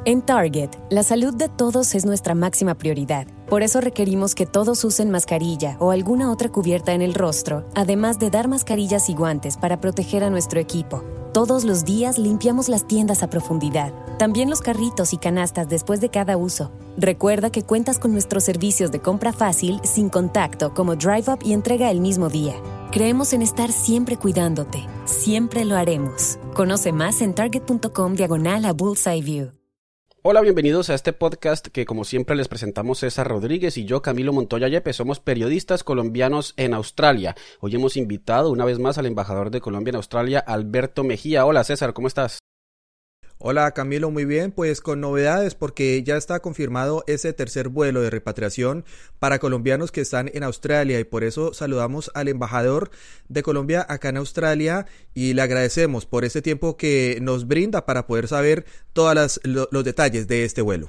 En Target, la salud de todos es nuestra máxima prioridad. Por eso requerimos que todos usen mascarilla o alguna otra cubierta en el rostro, además de dar mascarillas y guantes para proteger a nuestro equipo. Todos los días limpiamos las tiendas a profundidad, también los carritos y canastas después de cada uso. Recuerda que cuentas con nuestros servicios de compra fácil, sin contacto, como Drive Up y entrega el mismo día. Creemos en estar siempre cuidándote. Siempre lo haremos. Conoce más en target.com/bullseye-view. Hola, bienvenidos a este podcast que como siempre les presentamos César Rodríguez y yo, Camilo Montoya Yepes. Somos periodistas colombianos en Australia. Hoy hemos invitado una vez más al embajador de Colombia en Australia, Alberto Mejía. Hola César, ¿cómo estás? Hola Camilo, muy bien, pues con novedades porque ya está confirmado ese tercer vuelo de repatriación para colombianos que están en Australia y por eso saludamos al embajador de Colombia acá en Australia y le agradecemos por este tiempo que nos brinda para poder saber todos los detalles de este vuelo.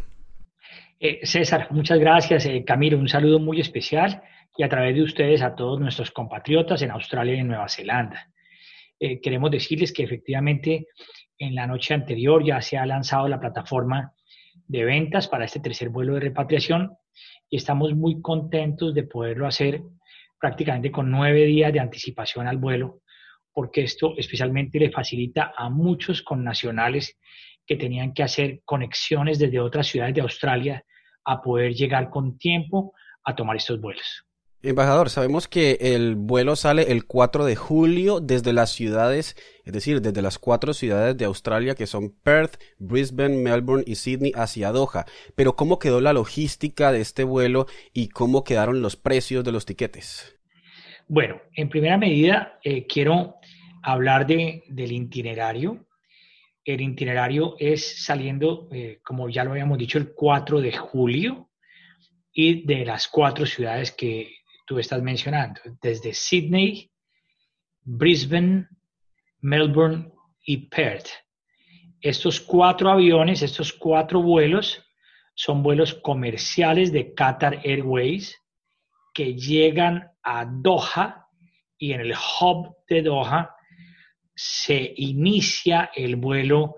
César, muchas gracias. Camilo, un saludo muy especial y a través de ustedes a todos nuestros compatriotas en Australia y en Nueva Zelanda. Queremos decirles que efectivamente en la noche anterior ya se ha lanzado la plataforma de ventas para este tercer vuelo de repatriación y estamos muy contentos de poderlo hacer prácticamente con 9 días de anticipación al vuelo, porque esto especialmente le facilita a muchos connacionales que tenían que hacer conexiones desde otras ciudades de Australia a poder llegar con tiempo a tomar estos vuelos. Embajador, sabemos que el vuelo sale el 4 de julio desde las ciudades, es decir, desde las 4 ciudades de Australia que son Perth, Brisbane, Melbourne y Sydney hacia Doha. Pero ¿cómo quedó la logística de este vuelo y cómo quedaron los precios de los tiquetes? Bueno, en primera medida quiero hablar del itinerario. El itinerario es saliendo, como ya lo habíamos dicho, el 4 de julio y de las 4 ciudades que tú estás mencionando, desde Sydney, Brisbane, Melbourne y Perth. Estos 4 aviones, estos 4 vuelos, son vuelos comerciales de Qatar Airways que llegan a Doha y en el hub de Doha se inicia el vuelo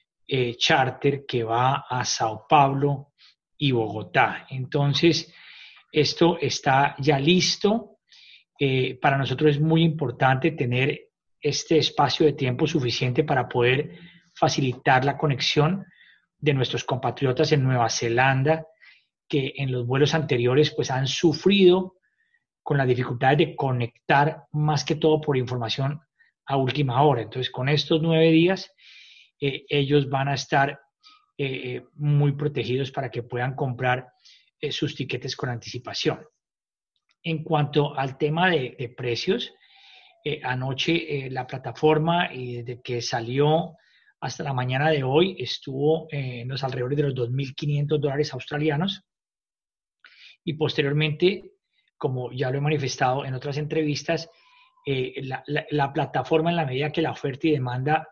charter que va a Sao Paulo y Bogotá. Entonces, esto está ya listo. Para nosotros es muy importante tener este espacio de tiempo suficiente para poder facilitar la conexión de nuestros compatriotas en Nueva Zelanda, que en los vuelos anteriores pues han sufrido con las dificultades de conectar más que todo por información a última hora. Entonces, con estos 9 días, ellos van a estar muy protegidos para que puedan comprar sus tiquetes con anticipación. En cuanto al tema de precios, anoche la plataforma y desde que salió hasta la mañana de hoy estuvo en los alrededores de los $2,500 australianos y posteriormente, como ya lo he manifestado en otras entrevistas, la plataforma en la medida que la oferta y demanda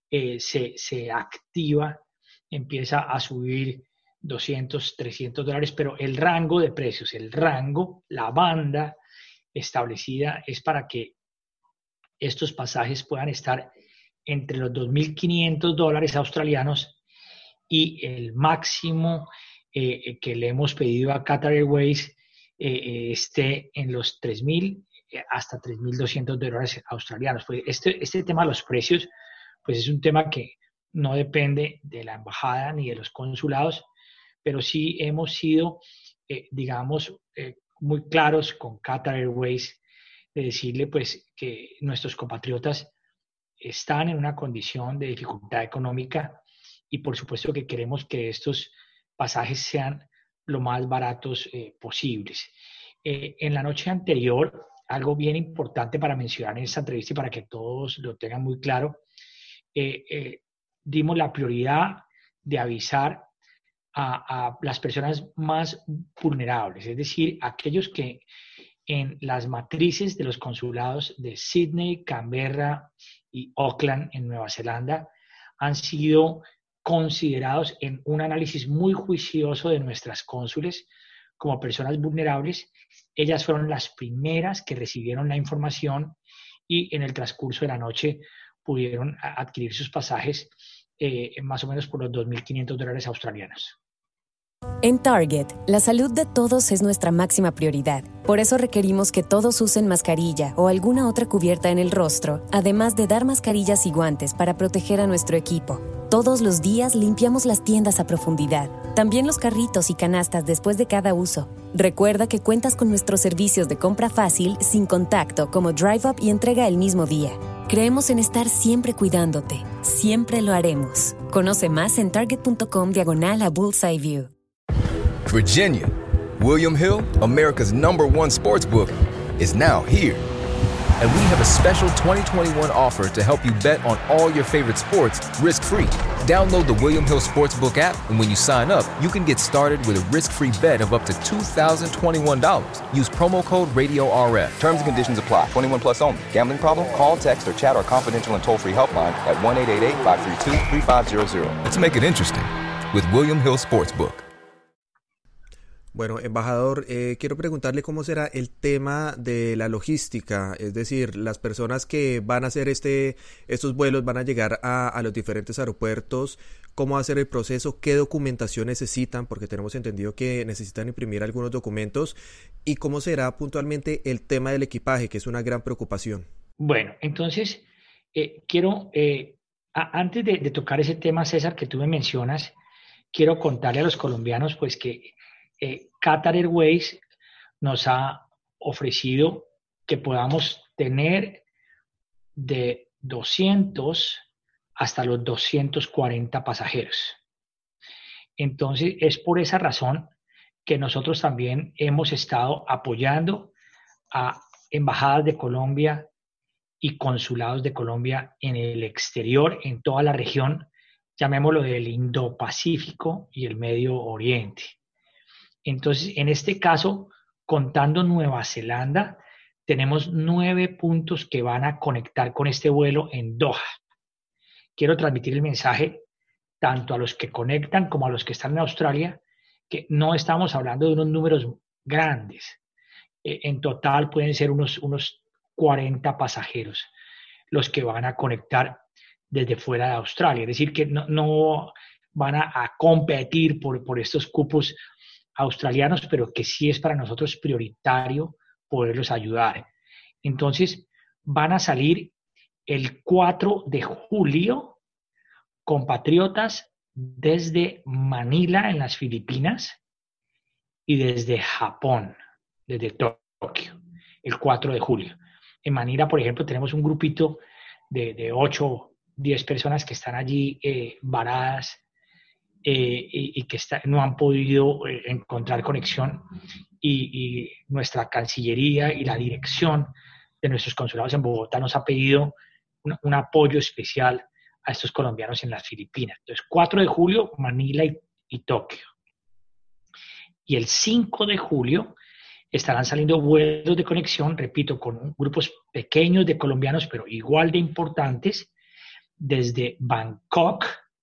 se activa, empieza a subir $200, $300, pero el rango de precios, la banda establecida es para que estos pasajes puedan estar entre los $2,500 australianos y el máximo que le hemos pedido a Qatar Airways esté en los 3,000 hasta $3,200 australianos. Pues este tema de los precios, pues es un tema que no depende de la embajada ni de los consulados, pero sí hemos sido, muy claros con Qatar Airways de decirle pues que nuestros compatriotas están en una condición de dificultad económica y por supuesto que queremos que estos pasajes sean lo más baratos posibles. En la noche anterior, algo bien importante para mencionar en esta entrevista y para que todos lo tengan muy claro, dimos la prioridad de avisar a las personas más vulnerables, es decir, aquellos que en las matrices de los consulados de Sydney, Canberra y Auckland en Nueva Zelanda han sido considerados en un análisis muy juicioso de nuestras cónsules como personas vulnerables. Ellas fueron las primeras que recibieron la información y en el transcurso de la noche pudieron adquirir sus pasajes más o menos por los $2.500 australianos. En Target, la salud de todos es nuestra máxima prioridad. Por eso requerimos que todos usen mascarilla o alguna otra cubierta en el rostro, además de dar mascarillas y guantes para proteger a nuestro equipo. Todos los días limpiamos las tiendas a profundidad, también los carritos y canastas después de cada uso. Recuerda que cuentas con nuestros servicios de compra fácil, sin contacto, como Drive Up y entrega el mismo día. Creemos en estar siempre cuidándote. Siempre lo haremos. Conoce más en target.com/Bullseye View. Virginia, William Hill, America's #1 sportsbook, is now here. And we have a special 2021 offer to help you bet on all your favorite sports risk-free. Download the William Hill Sportsbook app, and when you sign up, you can get started with a risk-free bet of up to $2,021. Use promo code RadioRF. Terms and conditions apply. 21 plus only. Gambling problem? Call, text, or chat our confidential and toll-free helpline at 1-888-532-3500. Let's make it interesting with William Hill Sportsbook. Bueno, embajador, quiero preguntarle cómo será el tema de la logística, es decir, las personas que van a hacer estos vuelos van a llegar a los diferentes aeropuertos, cómo va a ser el proceso, qué documentación necesitan, porque tenemos entendido que necesitan imprimir algunos documentos, y cómo será puntualmente el tema del equipaje, que es una gran preocupación. Bueno, entonces, quiero, antes de tocar ese tema, César, que tú me mencionas, quiero contarle a los colombianos, pues, que Qatar Airways nos ha ofrecido que podamos tener de 200 hasta los 240 pasajeros. Entonces, es por esa razón que nosotros también hemos estado apoyando a embajadas de Colombia y consulados de Colombia en el exterior, en toda la región, llamémoslo del Indo-Pacífico y el Medio Oriente. Entonces, en este caso, contando Nueva Zelanda, tenemos 9 puntos que van a conectar con este vuelo en Doha. Quiero transmitir el mensaje tanto a los que conectan como a los que están en Australia, que no estamos hablando de unos números grandes. En total pueden ser unos 40 pasajeros los que van a conectar desde fuera de Australia. Es decir, que no van a competir por estos cupos australianos, pero que sí es para nosotros prioritario poderlos ayudar. Entonces, van a salir el 4 de julio compatriotas desde Manila, en las Filipinas, y desde Japón, desde Tokio, el 4 de julio. En Manila, por ejemplo, tenemos un grupito de 8 o 10 personas que están allí varadas, y que no han podido encontrar conexión, y nuestra Cancillería y la dirección de nuestros consulados en Bogotá nos ha pedido un apoyo especial a estos colombianos en las Filipinas. Entonces, 4 de julio, Manila y Tokio. Y el 5 de julio estarán saliendo vuelos de conexión, repito, con grupos pequeños de colombianos, pero igual de importantes, desde Bangkok,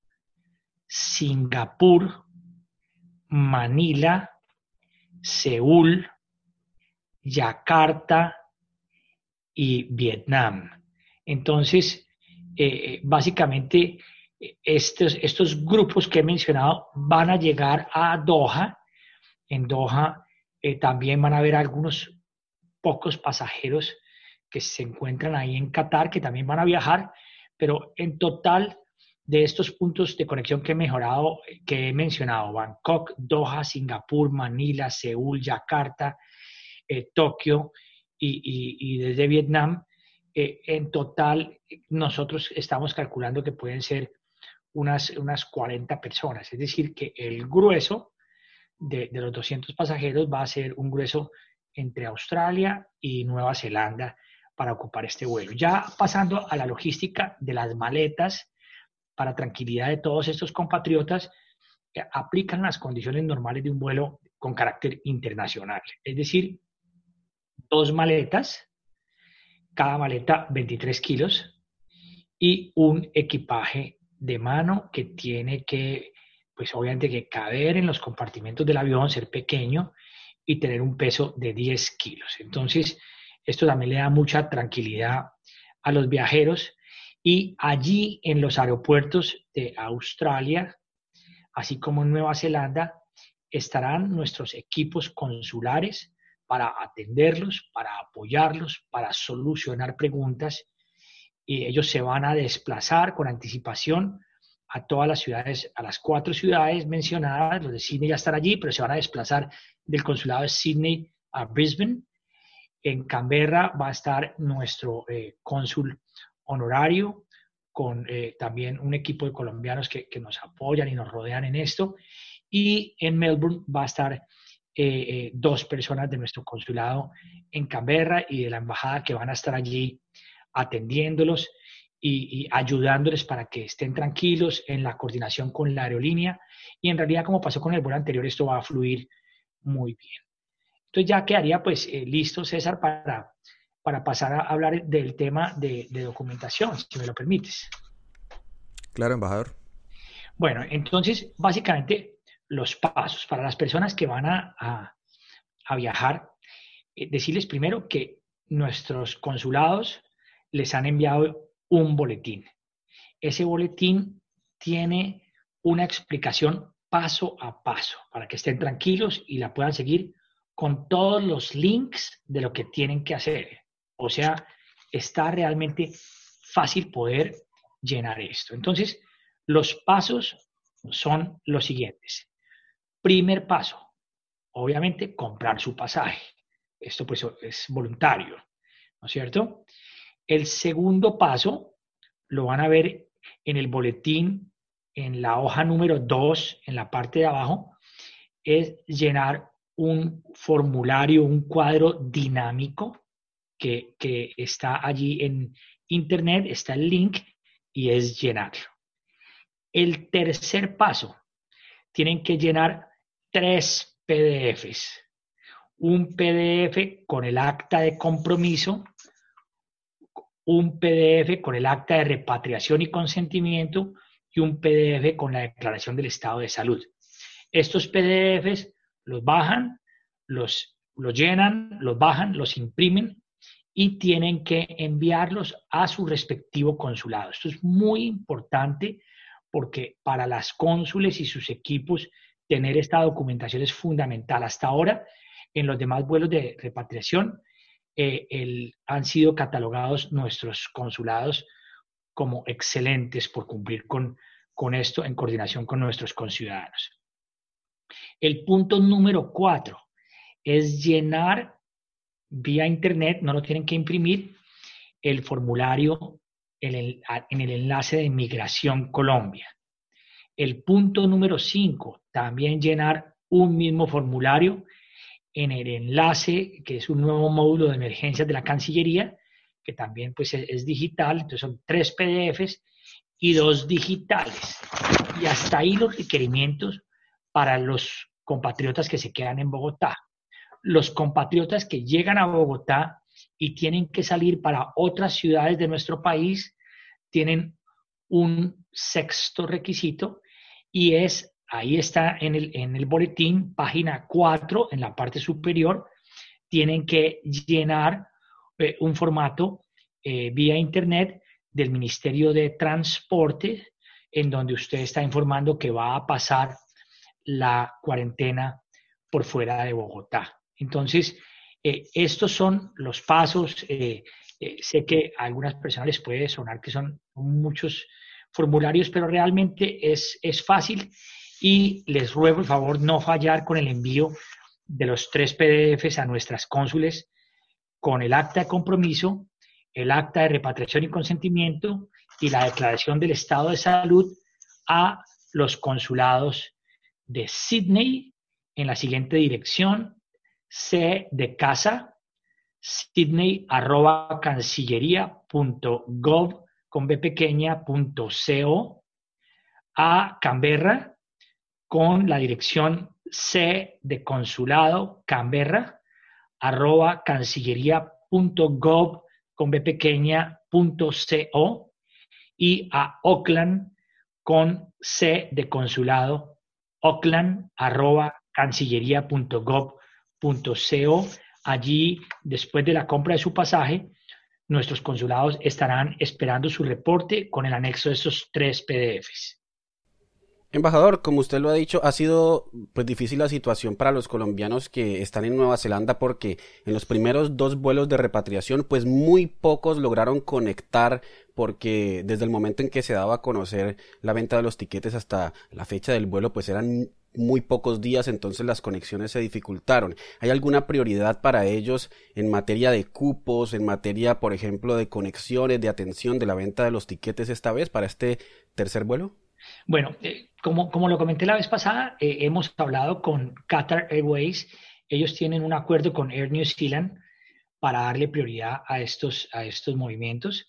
Singapur, Manila, Seúl, Yakarta y Vietnam. Entonces, básicamente, estos grupos que he mencionado van a llegar a Doha. En Doha también van a haber algunos pocos pasajeros que se encuentran ahí en Qatar, que también van a viajar, pero en total, de estos puntos de conexión que he mencionado, Bangkok, Doha, Singapur, Manila, Seúl, Yakarta, Tokio y desde Vietnam, en total nosotros estamos calculando que pueden ser unas 40 personas. Es decir, que el grueso de los 200 pasajeros va a ser un grueso entre Australia y Nueva Zelanda para ocupar este vuelo. Ya pasando a la logística de las maletas, para tranquilidad de todos estos compatriotas, aplican las condiciones normales de un vuelo con carácter internacional. Es decir, 2 maletas, cada maleta 23 kilos, y un equipaje de mano que tiene que, pues obviamente, que caber en los compartimentos del avión, ser pequeño y tener un peso de 10 kilos. Entonces, esto también le da mucha tranquilidad a los viajeros. Y allí en los aeropuertos de Australia, así como en Nueva Zelanda, estarán nuestros equipos consulares para atenderlos, para apoyarlos, para solucionar preguntas. Y ellos se van a desplazar con anticipación a todas las ciudades, a las 4 ciudades mencionadas. Los de Sydney ya están allí, pero se van a desplazar del consulado de Sydney a Brisbane. En Canberra va a estar nuestro cónsul honorario, con también un equipo de colombianos que nos apoyan y nos rodean en esto. Y en Melbourne va a estar 2 personas de nuestro consulado en Canberra y de la embajada que van a estar allí atendiéndolos y ayudándoles para que estén tranquilos en la coordinación con la aerolínea. Y en realidad, como pasó con el vuelo anterior, esto va a fluir muy bien. Entonces ya quedaría pues listo, César, para pasar a hablar del tema de documentación, si me lo permites. Claro, embajador. Bueno, entonces, básicamente, los pasos para las personas que van a viajar, decirles primero que nuestros consulados les han enviado un boletín. Ese boletín tiene una explicación paso a paso para que estén tranquilos y la puedan seguir con todos los links de lo que tienen que hacer. O sea, está realmente fácil poder llenar esto. Entonces, los pasos son los siguientes. Primer paso, obviamente, comprar su pasaje. Esto pues es voluntario, ¿no es cierto? El segundo paso lo van a ver en el boletín, en la hoja número 2, en la parte de abajo, es llenar un formulario, un cuadro dinámico que está allí en internet, está el link y es llenarlo. El tercer paso, tienen que llenar 3 PDFs. Un PDF con el acta de compromiso, un PDF con el acta de repatriación y consentimiento y un PDF con la declaración del estado de salud. Estos PDFs los bajan, los llenan, los bajan, los imprimen y tienen que enviarlos a su respectivo consulado. Esto es muy importante porque para las cónsules y sus equipos tener esta documentación es fundamental. Hasta ahora, en los demás vuelos de repatriación, han sido catalogados nuestros consulados como excelentes por cumplir con esto en coordinación con nuestros conciudadanos. El punto número 4 es llenar vía internet, no lo tienen que imprimir, el formulario en el enlace de Migración Colombia. El punto número 5, también llenar un mismo formulario en el enlace, que es un nuevo módulo de emergencias de la Cancillería, que también pues, es digital, entonces son 3 PDFs y 2 digitales. Y hasta ahí los requerimientos para los compatriotas que se quedan en Bogotá. Los compatriotas que llegan a Bogotá y tienen que salir para otras ciudades de nuestro país tienen un 6º requisito y es, ahí está en el boletín, página 4, en la parte superior, tienen que llenar un formato vía internet del Ministerio de Transporte, en donde usted está informando que va a pasar la cuarentena por fuera de Bogotá. Entonces, estos son los pasos. Sé que a algunas personas les puede sonar que son muchos formularios, pero realmente es fácil y les ruego, por favor, no fallar con el envío de los 3 PDFs a nuestras cónsules con el acta de compromiso, el acta de repatriación y consentimiento y la declaración del estado de salud a los consulados de Sydney en la siguiente dirección: C de casa, sydney@cancillería.gov con B pequeña.co, a Canberra con la dirección C de consulado Canberra @cancillería.gov con B pequeña.co, y a Auckland con C de consulado Auckland @cancillería.gov.co. Allí, después de la compra de su pasaje, Nuestros consulados estarán esperando su reporte con el anexo de esos 3 PDFs. Embajador, como usted lo ha dicho, ha sido pues difícil la situación para los colombianos que están en Nueva Zelanda porque en los primeros 2 vuelos de repatriación pues muy pocos lograron conectar porque desde el momento en que se daba a conocer la venta de los tiquetes hasta la fecha del vuelo pues eran muy pocos días, entonces las conexiones se dificultaron. ¿Hay alguna prioridad para ellos en materia de cupos, en materia, por ejemplo, de conexiones, de atención de la venta de los tiquetes esta vez para este tercer vuelo? Bueno, como lo comenté la vez pasada, hemos hablado con Qatar Airways. Ellos tienen un acuerdo con Air New Zealand para darle prioridad a estos movimientos.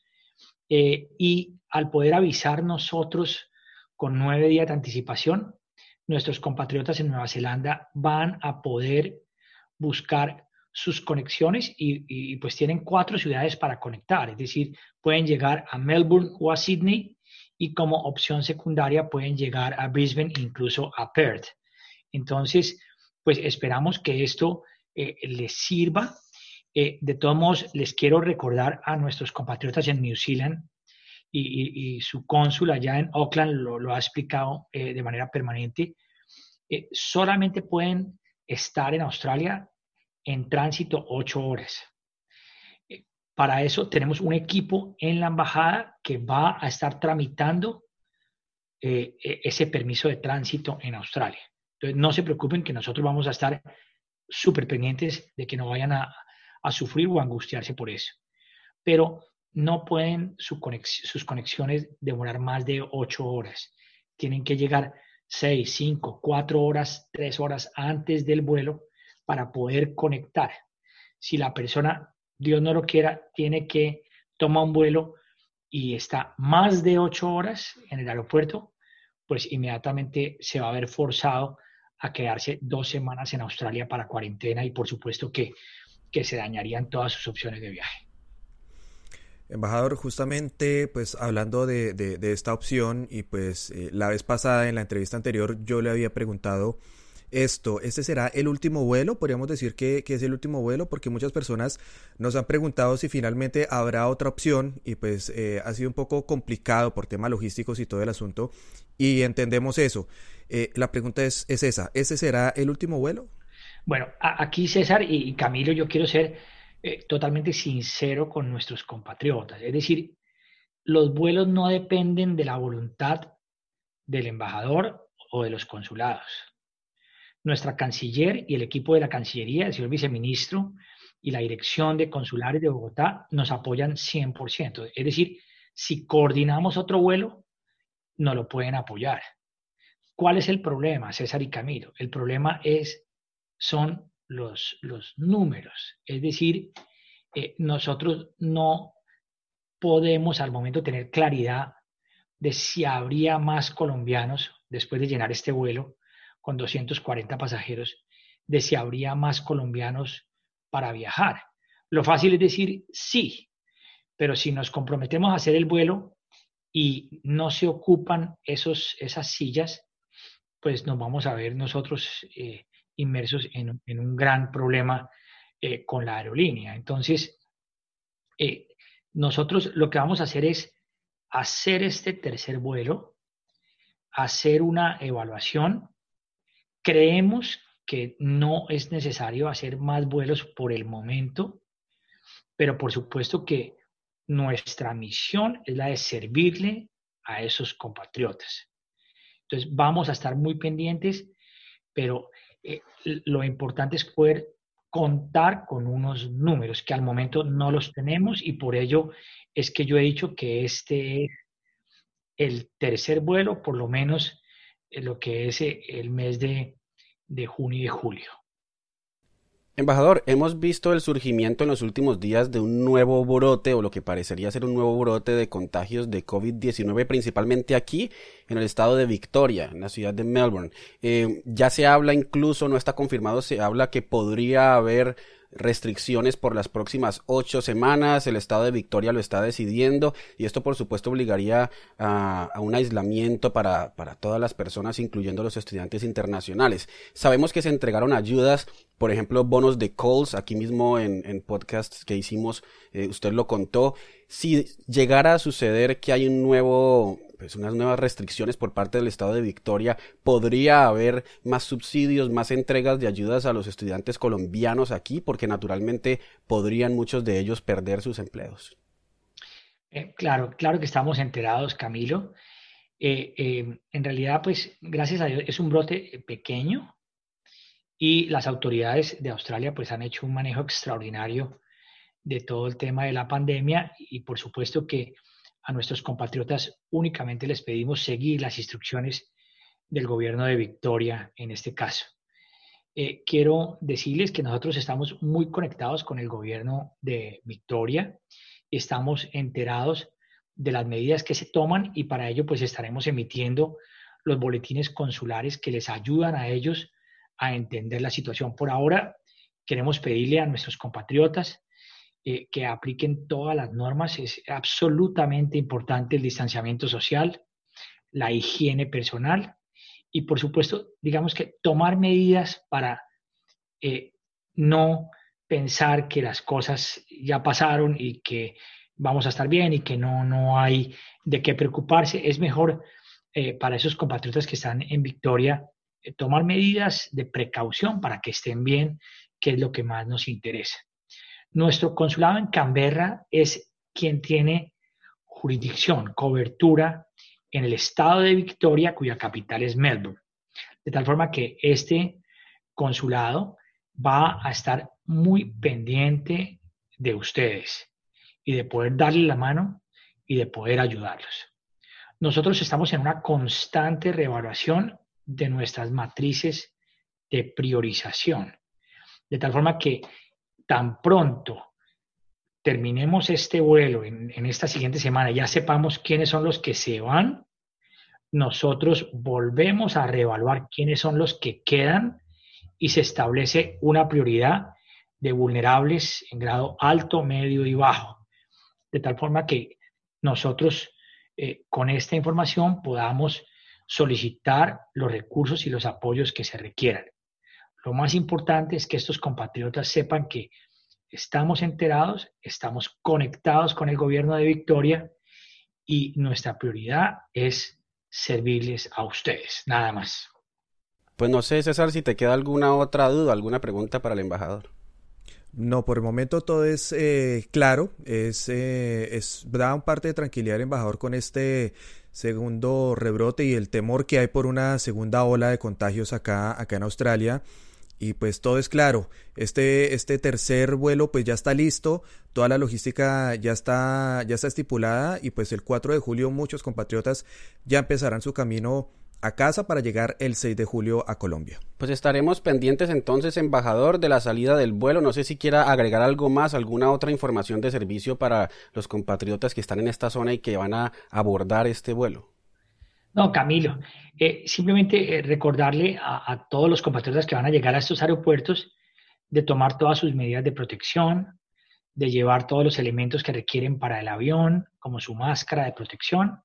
Y al poder avisar nosotros con 9 días de anticipación, nuestros compatriotas en Nueva Zelanda van a poder buscar sus conexiones y pues tienen 4 ciudades para conectar. Es decir, pueden llegar a Melbourne o a Sydney, y como opción secundaria pueden llegar a Brisbane e incluso a Perth. Entonces, pues esperamos que esto les sirva. De todos modos, les quiero recordar a nuestros compatriotas en New Zealand y su cónsul allá en Auckland lo ha explicado de manera permanente. Solamente pueden estar en Australia en tránsito 8 horas. Para eso tenemos un equipo en la embajada que va a estar tramitando ese permiso de tránsito en Australia. Entonces, no se preocupen que nosotros vamos a estar súper pendientes de que no vayan a sufrir o a angustiarse por eso. Pero no pueden sus conexiones demorar más de 8 horas. Tienen que llegar 6, 5, 4 horas, 3 horas antes del vuelo para poder conectar. Si la persona, Dios no lo quiera, tiene que tomar un vuelo y está más de 8 horas en el aeropuerto, pues inmediatamente se va a ver forzado a quedarse 2 semanas en Australia para cuarentena y por supuesto que se dañarían todas sus opciones de viaje. Embajador, justamente pues hablando de esta opción y pues la vez pasada en la entrevista anterior yo le había preguntado ¿este será el último vuelo? Podríamos decir que es el último vuelo porque muchas personas nos han preguntado si finalmente habrá otra opción y pues ha sido un poco complicado por temas logísticos y todo el asunto y entendemos eso. La pregunta es esa, ¿este será el último vuelo? Bueno, aquí César y Camilo, yo quiero ser totalmente sincero con nuestros compatriotas. Es decir, los vuelos no dependen de la voluntad del embajador o de los consulados. Nuestra canciller y el equipo de la Cancillería, el señor viceministro y la dirección de consulares de Bogotá nos apoyan 100%. Es decir, si coordinamos otro vuelo, no lo pueden apoyar. ¿Cuál es el problema, César y Camilo? El problema son los números. Es decir, nosotros no podemos al momento tener claridad de si habría más colombianos después de llenar este vuelo con 240 pasajeros, de si habría más colombianos para viajar. Lo fácil es decir sí, pero si nos comprometemos a hacer el vuelo y no se ocupan esas sillas, pues nos vamos a ver nosotros inmersos en un gran problema con la aerolínea. Entonces, nosotros lo que vamos a hacer es hacer este tercer vuelo, hacer una evaluación. Creemos que no es necesario hacer más vuelos por el momento, pero por supuesto que nuestra misión es la de servirle a esos compatriotas. Entonces vamos a estar muy pendientes, pero lo importante es poder contar con unos números que al momento no los tenemos y por ello es que yo he dicho que este es el tercer vuelo, por lo menos lo que es el mes de junio y de julio. Embajador, hemos visto el surgimiento en los últimos días de un nuevo brote o lo que parecería ser un nuevo brote de contagios de COVID-19, principalmente aquí en el estado de Victoria, en la ciudad de Melbourne. Ya se habla incluso, no está confirmado, se habla que podría haber restricciones por las próximas 8 semanas. El estado de Victoria lo está decidiendo y esto por supuesto obligaría a un aislamiento para todas las personas, incluyendo los estudiantes internacionales. Sabemos que se entregaron ayudas, por ejemplo, bonos de Kohl's, aquí mismo en podcasts que hicimos, usted lo contó. Si llegara a suceder que hay unas nuevas restricciones por parte del estado de Victoria, ¿podría haber más subsidios, más entregas de ayudas a los estudiantes colombianos aquí? Porque naturalmente podrían muchos de ellos perder sus empleos. Claro que estamos enterados, Camilo. En realidad, pues, gracias a Dios, es un brote pequeño y las autoridades de Australia pues han hecho un manejo extraordinario de todo el tema de la pandemia y por supuesto que a nuestros compatriotas únicamente les pedimos seguir las instrucciones del gobierno de Victoria en este caso. Quiero decirles que nosotros estamos muy conectados con el gobierno de Victoria, estamos enterados de las medidas que se toman y para ello pues estaremos emitiendo los boletines consulares que les ayudan a ellos a entender la situación. Por ahora queremos pedirle a nuestros compatriotas que apliquen todas las normas. Es absolutamente importante el distanciamiento social, la higiene personal y por supuesto, digamos que tomar medidas para no pensar que las cosas ya pasaron y que vamos a estar bien y que no hay de qué preocuparse. Es mejor para esos compatriotas que están en Victoria tomar medidas de precaución para que estén bien, que es lo que más nos interesa. Nuestro consulado en Canberra es quien tiene jurisdicción, cobertura en el estado de Victoria, cuya capital es Melbourne. De tal forma que este consulado va a estar muy pendiente de ustedes y de poder darle la mano y de poder ayudarlos. Nosotros estamos en una constante reevaluación de nuestras matrices de priorización, de tal forma que tan pronto terminemos este vuelo en esta siguiente semana, ya sepamos quiénes son los que se van, nosotros volvemos a reevaluar quiénes son los que quedan y se establece una prioridad de vulnerables en grado alto, medio y bajo, de tal forma que nosotros con esta información podamos solicitar los recursos y los apoyos que se requieran. Lo más importante es que estos compatriotas sepan que estamos enterados, estamos conectados con el gobierno de Victoria y nuestra prioridad es servirles a ustedes, nada más. Pues no sé, César, si te queda alguna otra duda, alguna pregunta para el embajador. No, por el momento todo es claro, da un parte de tranquilidad al embajador con este segundo rebrote y el temor que hay por una segunda ola de contagios acá en Australia. Y pues todo es claro, este tercer vuelo pues ya está listo, toda la logística ya está estipulada y pues el 4 de julio muchos compatriotas ya empezarán su camino a casa para llegar el 6 de julio a Colombia. Pues estaremos pendientes entonces, embajador, de la salida del vuelo. No sé si quiera agregar algo más, alguna otra información de servicio para los compatriotas que están en esta zona y que van a abordar este vuelo. No, Camilo, simplemente recordarle a todos los compatriotas que van a llegar a estos aeropuertos de tomar todas sus medidas de protección, de llevar todos los elementos que requieren para el avión, como su máscara de protección,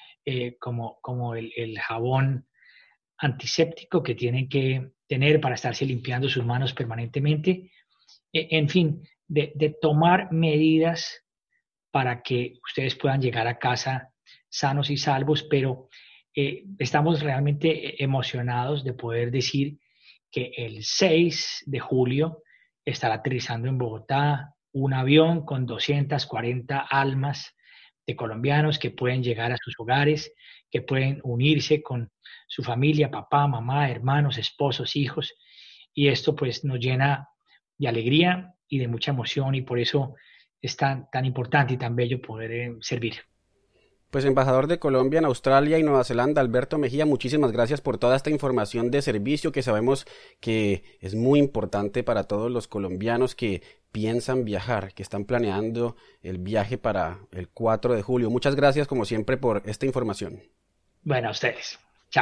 como el jabón antiséptico que tienen que tener para estarse limpiando sus manos permanentemente. En fin, de tomar medidas para que ustedes puedan llegar a casa sanos y salvos, pero estamos realmente emocionados de poder decir que el 6 de julio estará aterrizando en Bogotá un avión con 240 almas de colombianos que pueden llegar a sus hogares, que pueden unirse con su familia, papá, mamá, hermanos, esposos, hijos, y esto pues nos llena de alegría y de mucha emoción y por eso es tan importante y tan bello poder servir. Pues embajador de Colombia en Australia y Nueva Zelanda, Alberto Mejía, muchísimas gracias por toda esta información de servicio que sabemos que es muy importante para todos los colombianos que piensan viajar, que están planeando el viaje para el 4 de julio. Muchas gracias como siempre por esta información. Bueno, a ustedes. Chao.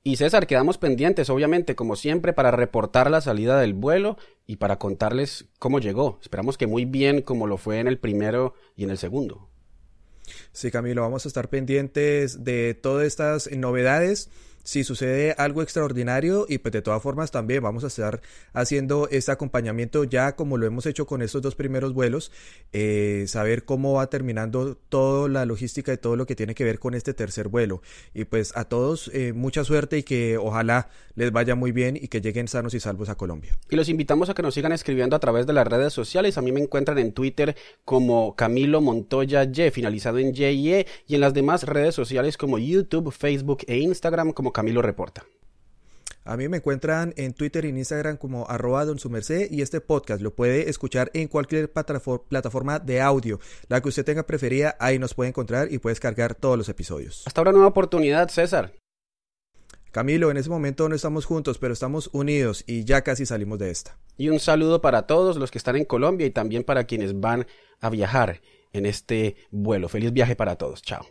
Y César, quedamos pendientes, obviamente, como siempre, para reportar la salida del vuelo y para contarles cómo llegó. Esperamos que muy bien, como lo fue en el primero y en el segundo. Sí, Camilo, vamos a estar pendientes de todas estas novedades. Si sucede algo extraordinario, y pues de todas formas también vamos a estar haciendo este acompañamiento ya como lo hemos hecho con estos 2 primeros vuelos, saber cómo va terminando toda la logística y todo lo que tiene que ver con este tercer vuelo. Y pues a todos mucha suerte y que ojalá les vaya muy bien y que lleguen sanos y salvos a Colombia. Y los invitamos a que nos sigan escribiendo a través de las redes sociales. A mí me encuentran en Twitter como Camilo Montoya Y, finalizado en YE, y en las demás redes sociales como YouTube, Facebook e Instagram como Camilo Reporta. A mí me encuentran en Twitter y en Instagram como @donsumerced, y este podcast lo puede escuchar en cualquier plataforma de audio, la que usted tenga preferida. Ahí nos puede encontrar y puede descargar todos los episodios. Hasta una nueva oportunidad, César. Camilo, en ese momento no estamos juntos, pero estamos unidos y ya casi salimos de esta. Y un saludo para todos los que están en Colombia y también para quienes van a viajar en este vuelo. Feliz viaje para todos. Chao.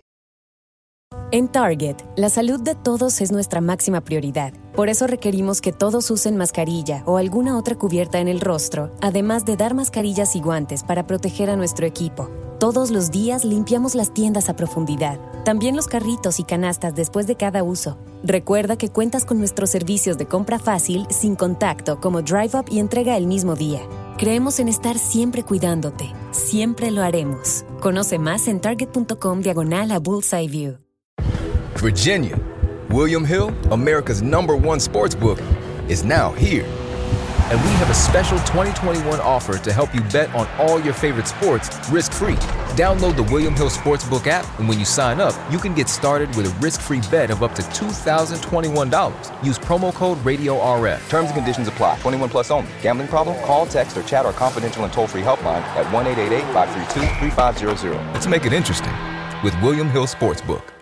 En Target, la salud de todos es nuestra máxima prioridad. Por eso requerimos que todos usen mascarilla o alguna otra cubierta en el rostro, además de dar mascarillas y guantes para proteger a nuestro equipo. Todos los días limpiamos las tiendas a profundidad, también los carritos y canastas después de cada uso. Recuerda que cuentas con nuestros servicios de compra fácil, sin contacto, como Drive Up y entrega el mismo día. Creemos en estar siempre cuidándote. Siempre lo haremos. Conoce más en target.com/Bullseye View. Virginia, William Hill, America's #1 sportsbook, is now here. And we have a special 2021 offer to help you bet on all your favorite sports risk-free. Download the William Hill Sportsbook app, and when you sign up, you can get started with a risk-free bet of up to $2,021. Use promo code RADIORF. Terms and conditions apply. 21 plus only. Gambling problem? Call, text, or chat our confidential and toll-free helpline at 1-888-532-3500. Let's make it interesting with William Hill Sportsbook.